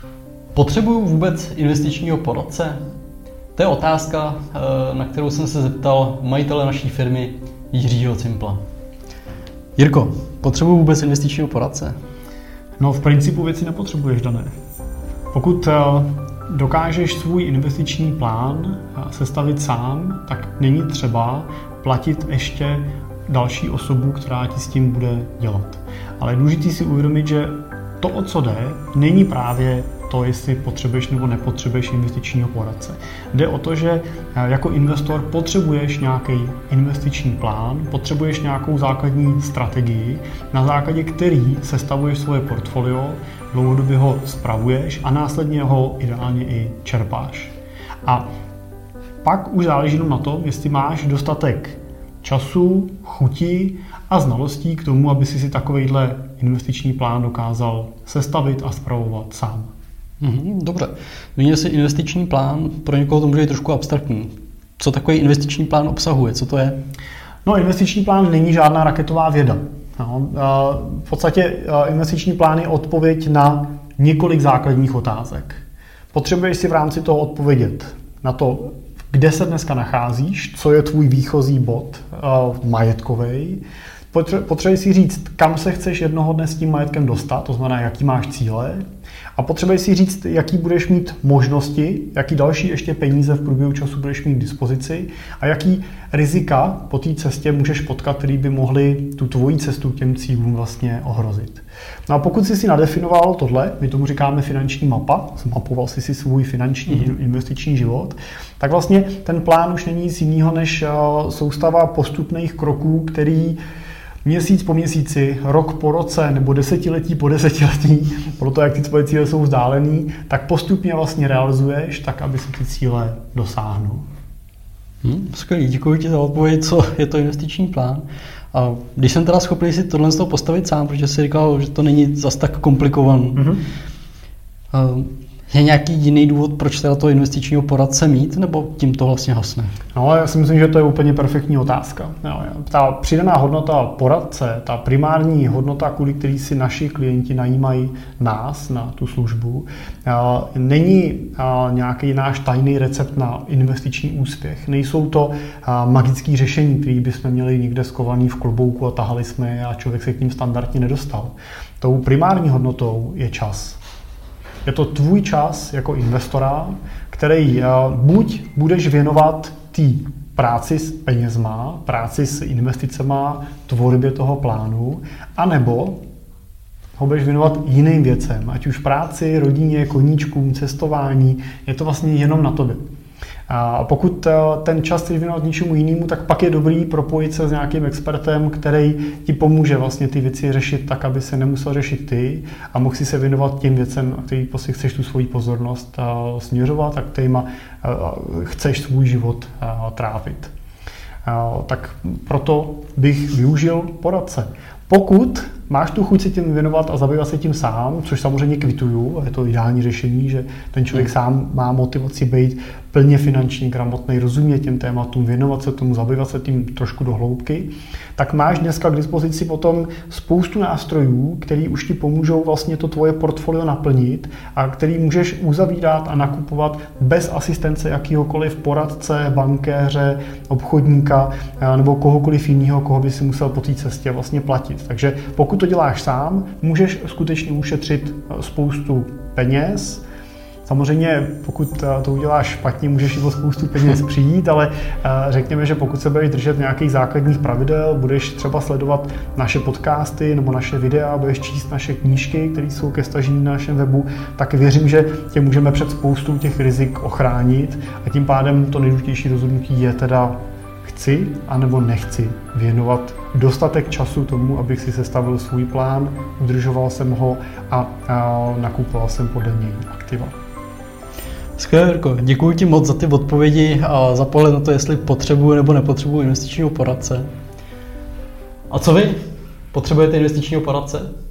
Potřebuju vůbec investičního poradce? To je otázka, na kterou jsem se zeptal majitele naší firmy Jiřího Cimpla. Jirko, potřebuju vůbec investičního poradce? No, v principu věci nepotřebuješ, Dané. Pokud dokážeš svůj investiční plán sestavit sám, tak není třeba platit ještě další osobu, která ti s tím bude dělat. Ale je důležité si uvědomit, že to, o co jde, není právě to, jestli potřebuješ nebo nepotřebuješ investičního poradce. Jde o to, že jako investor potřebuješ nějaký investiční plán, potřebuješ nějakou základní strategii, na základě který sestavuješ svoje portfolio, dlouhodobě ho spravuješ a následně ho ideálně i čerpáš. A pak už záleží na tom, jestli máš dostatek času, chuti a znalostí k tomu, aby si takovejhle investiční plán dokázal sestavit a spravovat sám. Dobře. Zmínil jsi investiční plán, pro někoho to může být trošku abstraktní. Co takový investiční plán obsahuje? Co to je? No, investiční plán není žádná raketová věda. No, v podstatě investiční plán je odpověď na několik základních otázek. Potřebuješ si v rámci toho odpovědět na to, kde se dneska nacházíš, co je tvůj výchozí bod majetkovej. Potřebuješ si říct, kam se chceš jednoho dne s tím majetkem dostat, to znamená, jaký máš cíle. A potřebuješ si říct, jaký budeš mít možnosti, jaký další ještě peníze v průběhu času budeš mít k dispozici a jaký rizika po té cestě můžeš potkat, který by mohly tu tvoji cestu k těm cílům vlastně ohrozit. No a pokud jsi si nadefinoval tohle, my tomu říkáme finanční mapa, zmapoval jsi si svůj finanční investiční život, tak vlastně ten plán už není nic jiného než soustava postupných kroků, který měsíc po měsíci, rok po roce nebo desetiletí po desetiletí, proto jak ty tvoje cíle jsou vzdálený, tak postupně vlastně realizuješ tak, aby se ty cíle dosáhnul. Skvělý, děkuji ti za odpověď, co je to investiční plán. A když jsem teda schopný si tohle z toho postavit sám, protože jsi říkal, že to není zas tak komplikovaný. Je nějaký jiný důvod, proč teda toho investičního poradce mít, nebo tím to vlastně hasne? No, já si myslím, že to je úplně perfektní otázka. Ta přidaná hodnota poradce, ta primární hodnota, kvůli který si naši klienti najímají nás na tu službu, není nějaký náš tajný recept na investiční úspěch. Nejsou to magické řešení, které bychom měli někde skovaný v klobouku a tahali jsme je a člověk se k ním standardně nedostal. Tou primární hodnotou je čas. Je to tvůj čas jako investora, který buď budeš věnovat té práci s penězma, práci s investicema, tvorbě toho plánu, anebo ho budeš věnovat jiným věcem, ať už práci, rodině, koníčkům, cestování, je to vlastně jenom na tobě. A pokud ten čas chceš věnovat něčemu jinému, tak pak je dobrý propojit se s nějakým expertem, který ti pomůže vlastně ty věci řešit tak, aby se nemusel řešit ty a mohl si se věnovat těm věcem, který prostě chceš tu svoji pozornost směřovat a kterýma chceš svůj život trávit. Tak proto bych využil poradce. Pokud máš tu chuť se tím věnovat a zabývat se tím sám, což samozřejmě kvituju, je to ideální řešení, že ten člověk sám má motivaci být plně finančně gramotný, rozumět těm tématům, věnovat se tomu, zabývat se tím trošku do hloubky, tak máš dneska k dispozici potom spoustu nástrojů, který už ti pomůžou vlastně to tvoje portfolio naplnit a který můžeš uzavírat a nakupovat bez asistence jakýhokoliv poradce, bankéře, obchodníka nebo kohokoliv jiného, koho by si musel po té cestě vlastně platit. Takže pokud to děláš sám, můžeš skutečně ušetřit spoustu peněz. Samozřejmě, pokud to uděláš špatně, můžeš i o spoustu peněz přijít, ale řekněme, že pokud se budeš držet nějakých základních pravidel, budeš třeba sledovat naše podcasty nebo naše videa, budeš číst naše knížky, které jsou ke stažení na našem webu, tak věřím, že tě můžeme před spoustou těch rizik ochránit a tím pádem to nejdůležitější rozhodnutí je teda chci anebo nechci věnovat dostatek času tomu, abych si sestavil svůj plán, udržoval jsem ho a nakupoval jsem podle něj aktiva. Skvělé, Jirko. Děkuji ti moc za ty odpovědi a za pohled na to, jestli potřebuji nebo nepotřebuji investičního poradce. A co vy? Potřebujete investičního poradce?